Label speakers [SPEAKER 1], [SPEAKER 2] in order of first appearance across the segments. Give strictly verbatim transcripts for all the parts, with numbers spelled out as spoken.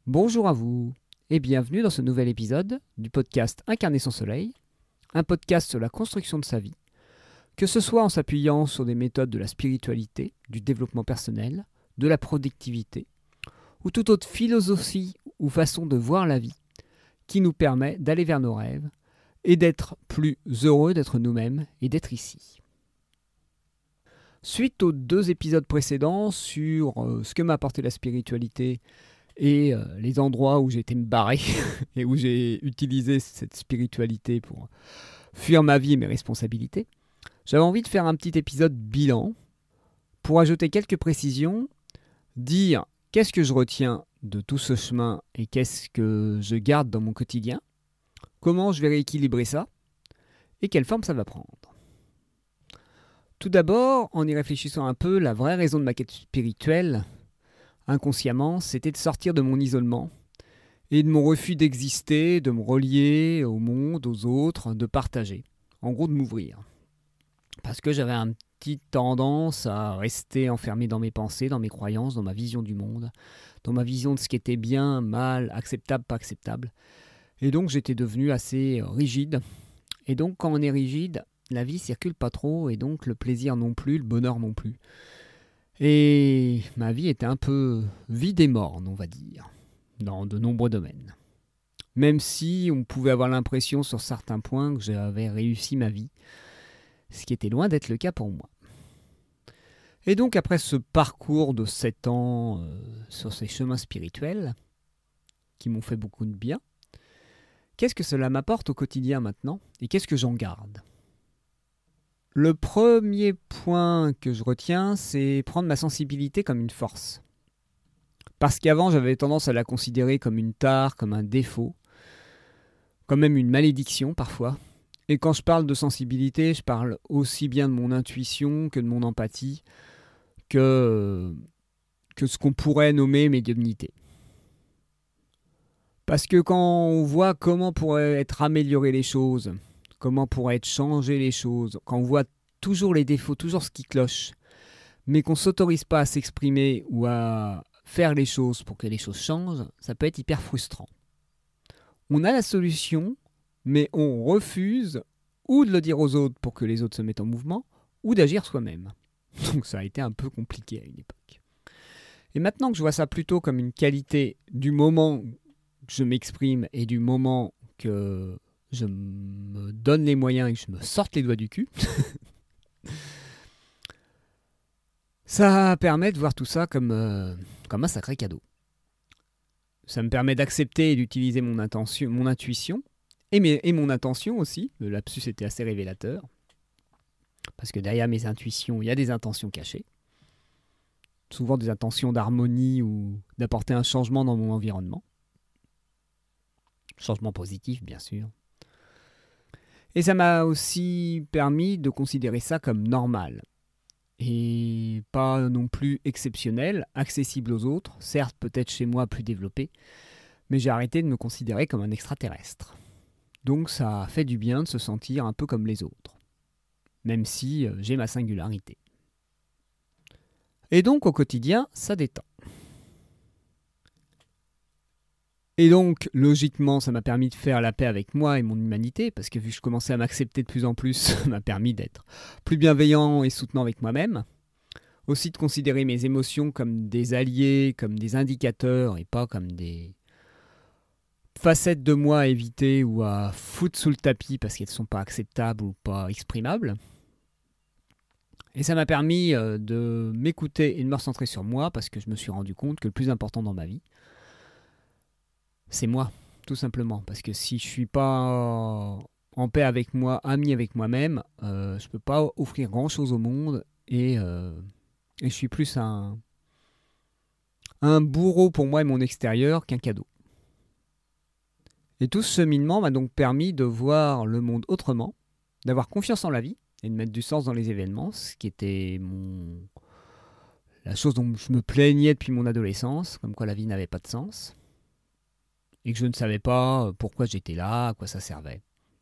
[SPEAKER 1] Bonjour à vous et bienvenue dans ce nouvel épisode du podcast Incarner son soleil, un podcast sur la construction de sa vie, que ce soit en s'appuyant sur des méthodes de la spiritualité, du développement personnel, de la productivité, ou toute autre philosophie ou façon de voir la vie qui nous permet d'aller vers nos rêves et d'être plus heureux d'être nous-mêmes et d'être ici. Suite aux deux épisodes précédents sur euh, ce que m'a apporté la spiritualité et euh, les endroits où j'ai été me barrer et où j'ai utilisé cette spiritualité pour fuir ma vie et mes responsabilités, j'avais envie de faire un petit épisode bilan pour ajouter quelques précisions, dire qu'est-ce que je retiens de tout ce chemin et qu'est-ce que je garde dans mon quotidien, comment je vais rééquilibrer ça et quelle forme ça va prendre. Tout d'abord, en y réfléchissant un peu, la vraie raison de ma quête spirituelle, inconsciemment, c'était de sortir de mon isolement et de mon refus d'exister, de me relier au monde, aux autres, de partager. En gros, de m'ouvrir. Parce que j'avais une petite tendance à rester enfermé dans mes pensées, dans mes croyances, dans ma vision du monde, dans ma vision de ce qui était bien, mal, acceptable, pas acceptable. Et donc, j'étais devenu assez rigide. Et donc, quand on est rigide, la vie circule pas trop, et donc le plaisir non plus, le bonheur non plus. Et ma vie était un peu vide et morne, on va dire, dans de nombreux domaines. Même si on pouvait avoir l'impression sur certains points que j'avais réussi ma vie, ce qui était loin d'être le cas pour moi. Et donc après ce parcours de sept ans euh, sur ces chemins spirituels, qui m'ont fait beaucoup de bien, qu'est-ce que cela m'apporte au quotidien maintenant, et qu'est-ce que j'en garde ? Le premier point que je retiens, c'est prendre ma sensibilité comme une force. Parce qu'avant, j'avais tendance à la considérer comme une tare, comme un défaut, comme même une malédiction parfois. Et quand je parle de sensibilité, je parle aussi bien de mon intuition que de mon empathie, que, que ce qu'on pourrait nommer médiumnité. Parce que quand on voit comment pourraient être améliorées les choses, comment pourraient être changées les choses, quand on voit toujours les défauts, toujours ce qui cloche, mais qu'on ne s'autorise pas à s'exprimer ou à faire les choses pour que les choses changent, ça peut être hyper frustrant. On a la solution, mais on refuse ou de le dire aux autres pour que les autres se mettent en mouvement, ou d'agir soi-même. Donc ça a été un peu compliqué à une époque. Et maintenant que je vois ça plutôt comme une qualité du moment que je m'exprime et du moment que je me donne les moyens et que je me sorte les doigts du cul, ça permet de voir tout ça comme, euh, comme un sacré cadeau. Ça me permet d'accepter et d'utiliser mon, intention, mon intuition et, mes, et mon intention aussi. Le lapsus était assez révélateur. Parce que derrière mes intuitions, il y a des intentions cachées. Souvent des intentions d'harmonie ou d'apporter un changement dans mon environnement. Changement positif, bien sûr. Et ça m'a aussi permis de considérer ça comme normal. Et pas non plus exceptionnel, accessible aux autres, certes peut-être chez moi plus développé, mais j'ai arrêté de me considérer comme un extraterrestre. Donc ça a fait du bien de se sentir un peu comme les autres, même si j'ai ma singularité. Et donc au quotidien, ça détend. Et donc, logiquement, ça m'a permis de faire la paix avec moi et mon humanité, parce que vu que je commençais à m'accepter de plus en plus, ça m'a permis d'être plus bienveillant et soutenant avec moi-même. Aussi de considérer mes émotions comme des alliés, comme des indicateurs, et pas comme des facettes de moi à éviter ou à foutre sous le tapis parce qu'elles ne sont pas acceptables ou pas exprimables. Et ça m'a permis de m'écouter et de me recentrer sur moi, parce que je me suis rendu compte que le plus important dans ma vie, c'est moi, tout simplement. Parce que si je ne suis pas en paix avec moi, ami avec moi-même, euh, je ne peux pas offrir grand-chose au monde et, euh, et je suis plus un, un bourreau pour moi et mon extérieur qu'un cadeau. Et tout ce cheminement m'a donc permis de voir le monde autrement, d'avoir confiance en la vie et de mettre du sens dans les événements, ce qui était mon... la chose dont je me plaignais depuis mon adolescence, comme quoi la vie n'avait pas de sens. Et que je ne savais pas pourquoi j'étais là, à quoi ça servait.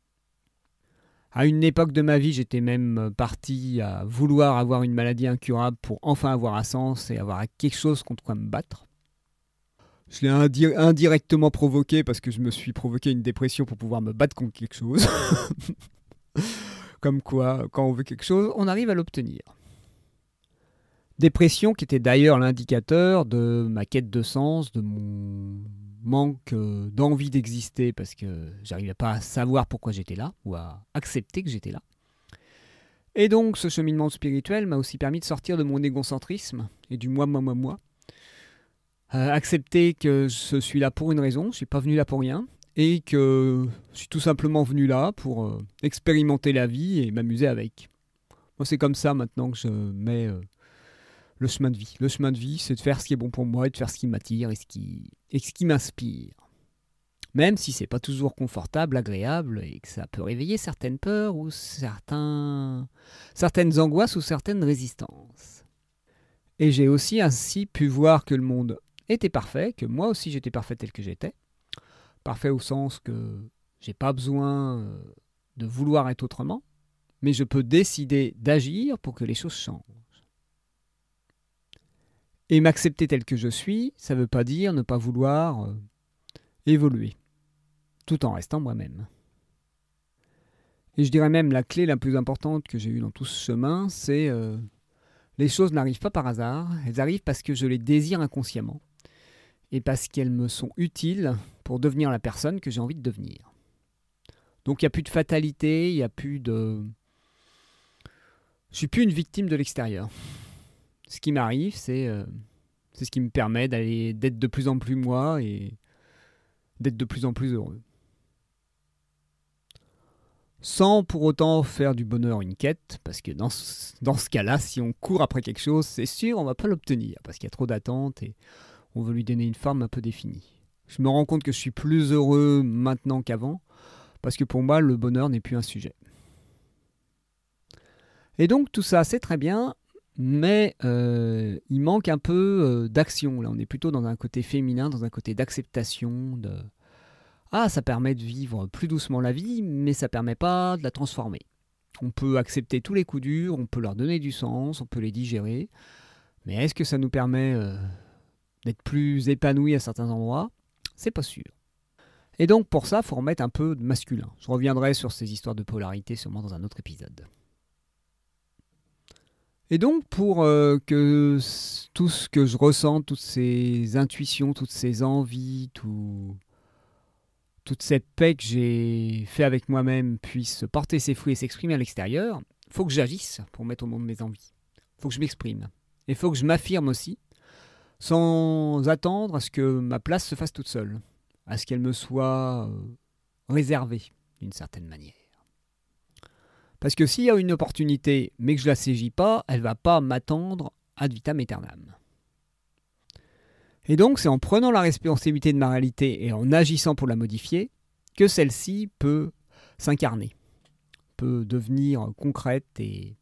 [SPEAKER 1] À une époque de ma vie, j'étais même parti à vouloir avoir une maladie incurable pour enfin avoir un sens et avoir quelque chose contre quoi me battre. Je l'ai indi- indirectement provoqué parce que je me suis provoqué une dépression pour pouvoir me battre contre quelque chose. Comme quoi, quand on veut quelque chose, on arrive à l'obtenir. Dépression qui était d'ailleurs l'indicateur de ma quête de sens, de mon manque euh, d'envie d'exister parce que j'arrivais pas à savoir pourquoi j'étais là ou à accepter que j'étais là. Et donc ce cheminement spirituel m'a aussi permis de sortir de mon égocentrisme et du moi, moi, moi, moi. Euh, accepter que je suis là pour une raison, je ne suis pas venu là pour rien, et que je suis tout simplement venu là pour euh, expérimenter la vie et m'amuser avec. Moi c'est comme ça maintenant que je mets euh, le chemin de vie. Le chemin de vie, c'est de faire ce qui est bon pour moi et de faire ce qui m'attire et ce qui, et ce qui m'inspire. Même si c'est pas toujours confortable, agréable et que ça peut réveiller certaines peurs ou certains, certaines angoisses ou certaines résistances. Et j'ai aussi ainsi pu voir que le monde était parfait, que moi aussi j'étais parfait tel que j'étais. Parfait au sens que j'ai pas besoin de vouloir être autrement, mais je peux décider d'agir pour que les choses changent. Et m'accepter tel que je suis, ça ne veut pas dire ne pas vouloir euh, évoluer, tout en restant moi-même. Et je dirais même la clé la plus importante que j'ai eue dans tout ce chemin, c'est euh, les choses n'arrivent pas par hasard, elles arrivent parce que je les désire inconsciemment et parce qu'elles me sont utiles pour devenir la personne que j'ai envie de devenir. Donc il n'y a plus de fatalité, il n'y a plus de... Je ne suis plus une victime de l'extérieur. Ce qui m'arrive, c'est, euh, c'est ce qui me permet d'aller, d'être de plus en plus moi et d'être de plus en plus heureux. Sans pour autant faire du bonheur une quête, parce que dans ce, dans ce cas-là, si on court après quelque chose, c'est sûr, on ne va pas l'obtenir, parce qu'il y a trop d'attentes et on veut lui donner une forme un peu définie. Je me rends compte que je suis plus heureux maintenant qu'avant, parce que pour moi, le bonheur n'est plus un sujet. Et donc tout ça, c'est très bien, mais euh, il manque un peu euh, d'action. Là, on est plutôt dans un côté féminin, dans un côté d'acceptation, de... Ah, ça permet de vivre plus doucement la vie, mais ça ne permet pas de la transformer. On peut accepter tous les coups durs, on peut leur donner du sens, on peut les digérer, mais est-ce que ça nous permet euh, d'être plus épanouis à certains endroits ? C'est pas sûr. Et donc pour ça, il faut remettre un peu de masculin. Je reviendrai sur ces histoires de polarité sûrement dans un autre épisode. Et donc pour euh, que tout ce que je ressens, toutes ces intuitions, toutes ces envies, tout... toute cette paix que j'ai fait avec moi-même puisse porter ses fruits et s'exprimer à l'extérieur, il faut que j'agisse pour mettre au monde mes envies. Il faut que je m'exprime. Et il faut que je m'affirme aussi, sans attendre à ce que ma place se fasse toute seule, à ce qu'elle me soit euh, réservée d'une certaine manière. Parce que s'il y a une opportunité, mais que je ne la saisis pas, elle ne va pas m'attendre ad vitam aeternam. Et donc, c'est en prenant la responsabilité de ma réalité et en agissant pour la modifier que celle-ci peut s'incarner, peut devenir concrète et,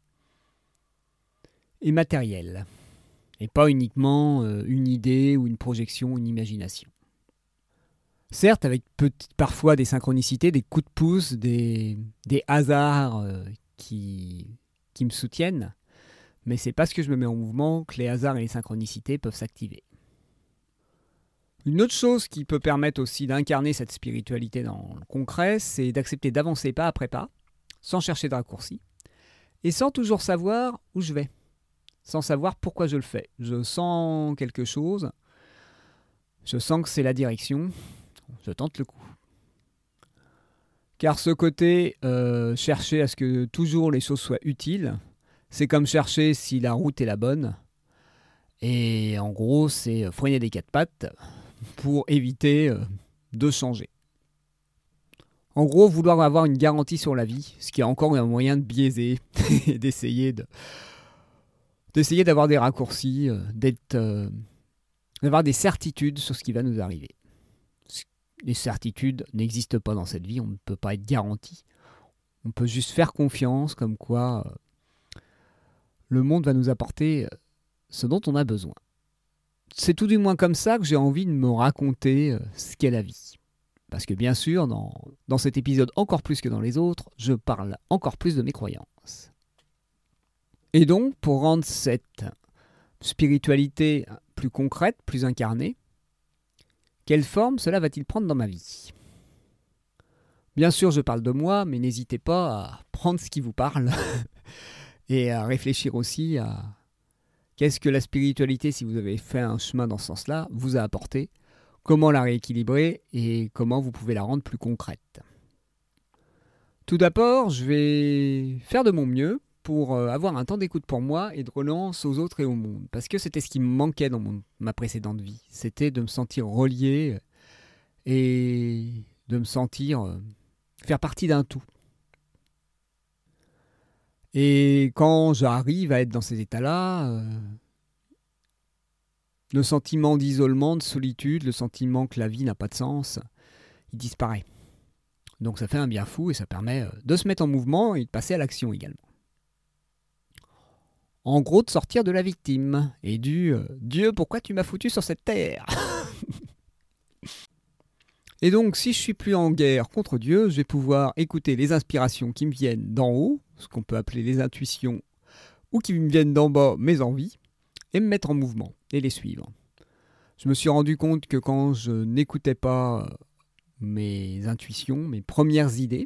[SPEAKER 1] et matérielle, et pas uniquement euh, une idée ou une projection, une imagination. Certes, avec petit, parfois des synchronicités, des coups de pouce, des, des hasards euh, qui, qui me soutiennent, mais c'est parce que je me mets en mouvement que les hasards et les synchronicités peuvent s'activer. Une autre chose qui peut permettre aussi d'incarner cette spiritualité dans le concret, c'est d'accepter d'avancer pas après pas, sans chercher de raccourcis, et sans toujours savoir où je vais, sans savoir pourquoi je le fais. Je sens quelque chose, je sens que c'est la direction, je tente le coup. Car ce côté, euh, chercher à ce que toujours les choses soient utiles, c'est comme chercher si la route est la bonne, et en gros, c'est freiner des quatre pattes, pour éviter euh, de changer. En gros, vouloir avoir une garantie sur la vie, ce qui est encore un moyen de biaiser et d'essayer, de, d'essayer d'avoir des raccourcis, euh, d'être, euh, d'avoir des certitudes sur ce qui va nous arriver. Les certitudes n'existent pas dans cette vie, on ne peut pas être garanti. On peut juste faire confiance comme quoi euh, le monde va nous apporter euh, ce dont on a besoin. C'est tout du moins comme ça que j'ai envie de me raconter euh, ce qu'est la vie. Parce que bien sûr, dans, dans cet épisode encore plus que dans les autres, je parle encore plus de mes croyances. Et donc, pour rendre cette spiritualité plus concrète, plus incarnée, Quelle forme cela va-t-il prendre dans ma vie? Bien sûr, je parle de moi, mais n'hésitez pas à prendre ce qui vous parle et à réfléchir aussi à qu'est-ce que la spiritualité, si vous avez fait un chemin dans ce sens-là, vous a apporté, comment la rééquilibrer et comment vous pouvez la rendre plus concrète. Tout d'abord, je vais faire de mon mieux pour avoir un temps d'écoute pour moi et de relance aux autres et au monde. Parce que c'était ce qui me manquait dans mon, ma précédente vie. C'était de me sentir relié et de me sentir euh, faire partie d'un tout. Et quand j'arrive à être dans ces états-là, euh, le sentiment d'isolement, de solitude, le sentiment que la vie n'a pas de sens, il disparaît. Donc ça fait un bien fou et ça permet de se mettre en mouvement et de passer à l'action également. En gros, de sortir de la victime et du euh, « Dieu, pourquoi tu m'as foutu sur cette terre ?» Et donc, si je suis plus en guerre contre Dieu, je vais pouvoir écouter les inspirations qui me viennent d'en haut, ce qu'on peut appeler les intuitions, ou qui me viennent d'en bas, mes envies, et me mettre en mouvement et les suivre. Je me suis rendu compte que quand je n'écoutais pas mes intuitions, mes premières idées,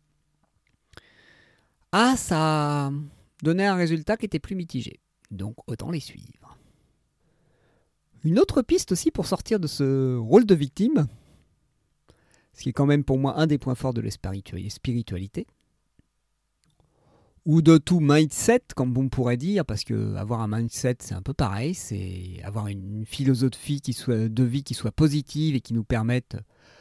[SPEAKER 1] ah, ça donnait un résultat qui était plus mitigé. Donc, autant les suivre. Une autre piste aussi pour sortir de ce rôle de victime, ce qui est quand même pour moi un des points forts de la spiritualité, ou de tout mindset, comme on pourrait dire, parce que avoir un mindset, c'est un peu pareil, c'est avoir une philosophie qui soit, de vie qui soit positive et qui nous permette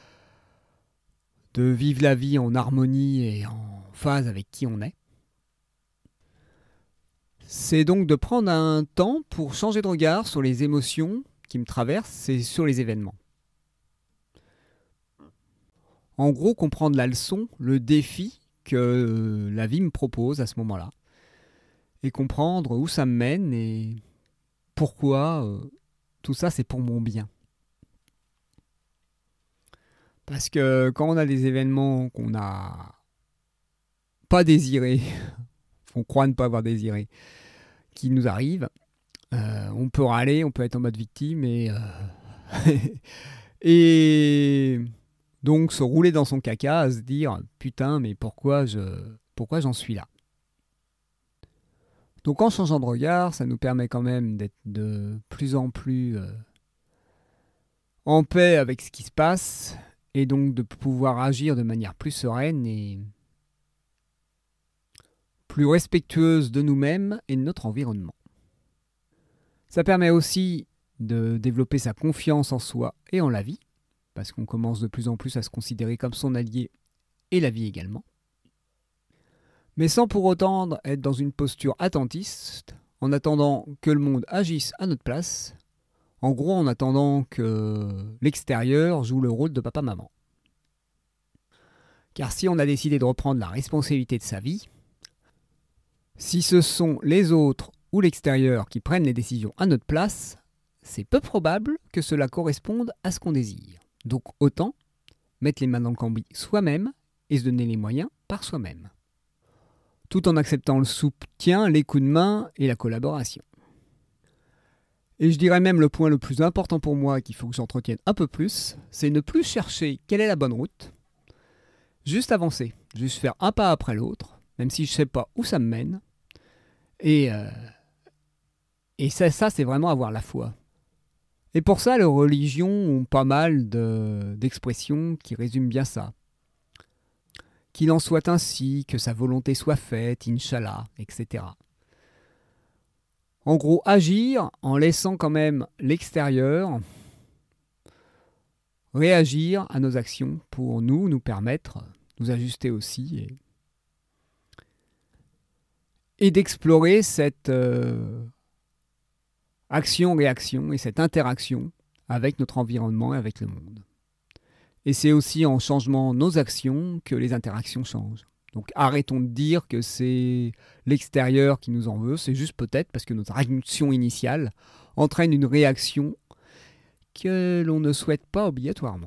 [SPEAKER 1] de vivre la vie en harmonie et en phase avec qui on est. C'est donc de prendre un temps pour changer de regard sur les émotions qui me traversent et sur les événements. En gros, comprendre la leçon, le défi que la vie me propose à ce moment-là. Et comprendre où ça me mène et pourquoi euh, tout ça, c'est pour mon bien. Parce que quand on a des événements qu'on n'a pas désirés, on croit ne pas avoir désirés, qui nous arrivent, euh, on peut râler, on peut être en mode victime et... Euh, et... Donc se rouler dans son caca, à se dire « Putain, mais pourquoi, je, pourquoi j'en suis là ?» Donc en changeant de regard, ça nous permet quand même d'être de plus en plus euh, en paix avec ce qui se passe et donc de pouvoir agir de manière plus sereine et plus respectueuse de nous-mêmes et de notre environnement. Ça permet aussi de développer sa confiance en soi et en la vie, parce qu'on commence de plus en plus à se considérer comme son allié et la vie également. Mais sans pour autant être dans une posture attentiste, en attendant que le monde agisse à notre place, en gros en attendant que l'extérieur joue le rôle de papa-maman. Car si on a décidé de reprendre la responsabilité de sa vie, si ce sont les autres ou l'extérieur qui prennent les décisions à notre place, c'est peu probable que cela corresponde à ce qu'on désire. Donc autant mettre les mains dans le cambouis soi-même et se donner les moyens par soi-même. Tout en acceptant le soutien, les coups de main et la collaboration. Et je dirais même le point le plus important pour moi qu'il faut que j'entretienne un peu plus, c'est ne plus chercher quelle est la bonne route, juste avancer, juste faire un pas après l'autre, même si je ne sais pas où ça me mène. Et, euh, et ça, ça c'est vraiment avoir la foi. Et pour ça, les religions ont pas mal de, d'expressions qui résument bien ça. Qu'il en soit ainsi, que sa volonté soit faite, Inch'Allah, et cetera. En gros, agir en laissant quand même l'extérieur réagir à nos actions pour nous, nous permettre de nous ajuster aussi et, et d'explorer cette euh, action-réaction et cette interaction avec notre environnement et avec le monde. Et c'est aussi en changeant nos actions que les interactions changent. Donc arrêtons de dire que c'est l'extérieur qui nous en veut, c'est juste peut-être parce que notre action initiale entraîne une réaction que l'on ne souhaite pas obligatoirement.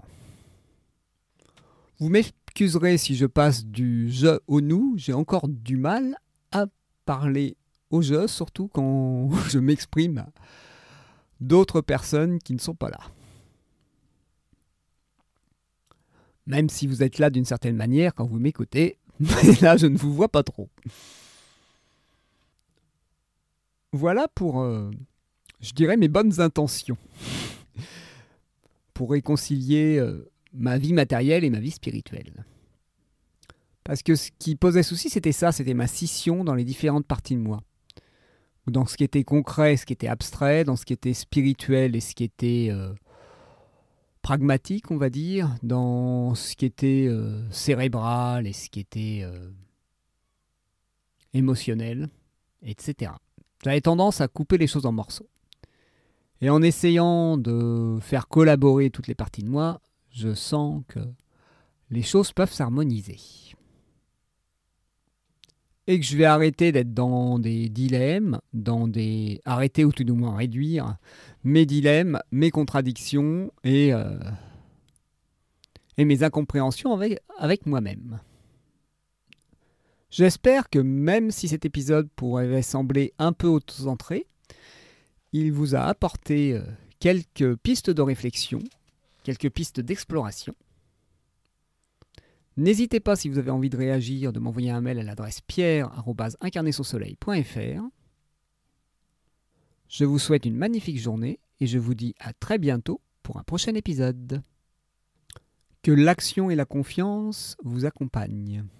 [SPEAKER 1] Vous m'excuserez si je passe du « je » au « nous », j'ai encore du mal à parler au « je », surtout quand je m'exprime à d'autres personnes qui ne sont pas là. Même si vous êtes là d'une certaine manière quand vous m'écoutez, mais là je ne vous vois pas trop. Voilà pour, euh, je dirais, mes bonnes intentions. Pour réconcilier euh, ma vie matérielle et ma vie spirituelle. Parce que ce qui posait souci, c'était ça, c'était ma scission dans les différentes parties de moi. Dans ce qui était concret, ce qui était abstrait, dans ce qui était spirituel et ce qui était euh, pragmatique, on va dire, dans ce qui était euh, cérébral et ce qui était euh, émotionnel, et cetera. J'avais tendance à couper les choses en morceaux. Et en essayant de faire collaborer toutes les parties de moi, je sens que les choses peuvent s'harmoniser. Et que je vais arrêter d'être dans des dilemmes, dans des... arrêter ou tout du moins réduire mes dilemmes, mes contradictions et, euh... et mes incompréhensions avec, avec moi-même. J'espère que même si cet épisode pourrait sembler un peu auto-centré, il vous a apporté euh, quelques pistes de réflexion, quelques pistes d'exploration. N'hésitez pas, si vous avez envie de réagir, de m'envoyer un mail à l'adresse pierre arobase incarné son soleil point f r. Je vous souhaite une magnifique journée et je vous dis à très bientôt pour un prochain épisode. Que l'action et la confiance vous accompagnent.